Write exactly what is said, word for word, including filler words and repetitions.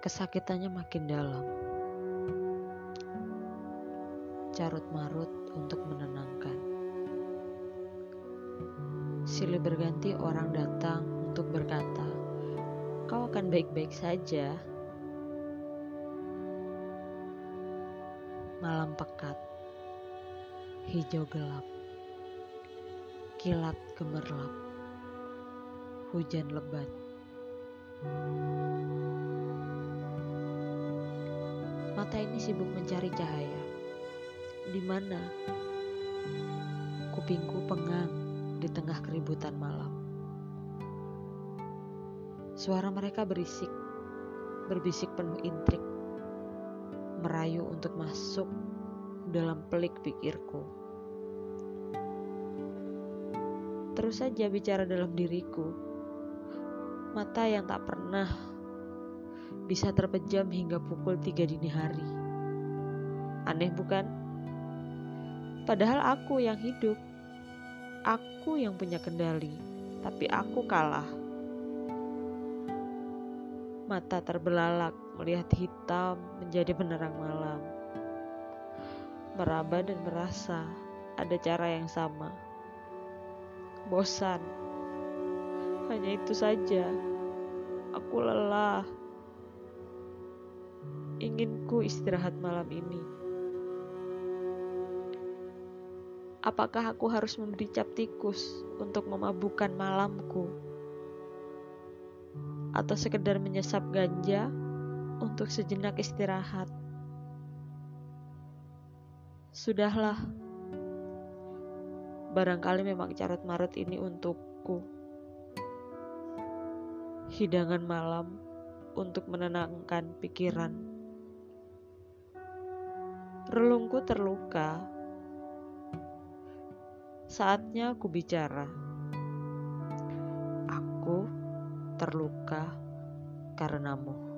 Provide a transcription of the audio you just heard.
Kesakitannya makin dalam. Carut marut untuk menenangkan. Silih berganti orang datang untuk berkata, "Kau akan baik-baik saja." Malam pekat, hijau gelap, kilat gemerlap, hujan lebat. Mata ini sibuk mencari cahaya. Di mana? Kupingku pengang di tengah keributan malam. Suara mereka berisik, berbisik penuh intrik, merayu untuk masuk dalam pelik pikirku. Terus saja bicara dalam diriku, mata yang tak pernah bisa terpejam hingga pukul tiga dini hari. Aneh bukan? Padahal aku yang hidup, aku yang punya kendali, tapi aku kalah. Mata terbelalak melihat hitam menjadi penerang malam. Meraba dan merasa ada cara yang sama. Bosan. Hanya itu saja. Aku lelah. Inginku istirahat malam ini. Apakah aku harus memberi cap tikus untuk memabukkan malamku? Atau sekedar menyesap ganja untuk sejenak istirahat? Sudahlah. Barangkali memang carut marut ini untukku. Hidangan malam untuk menenangkan pikiran. Relungku terluka. Saatnya aku bicara. Aku terluka karenamu.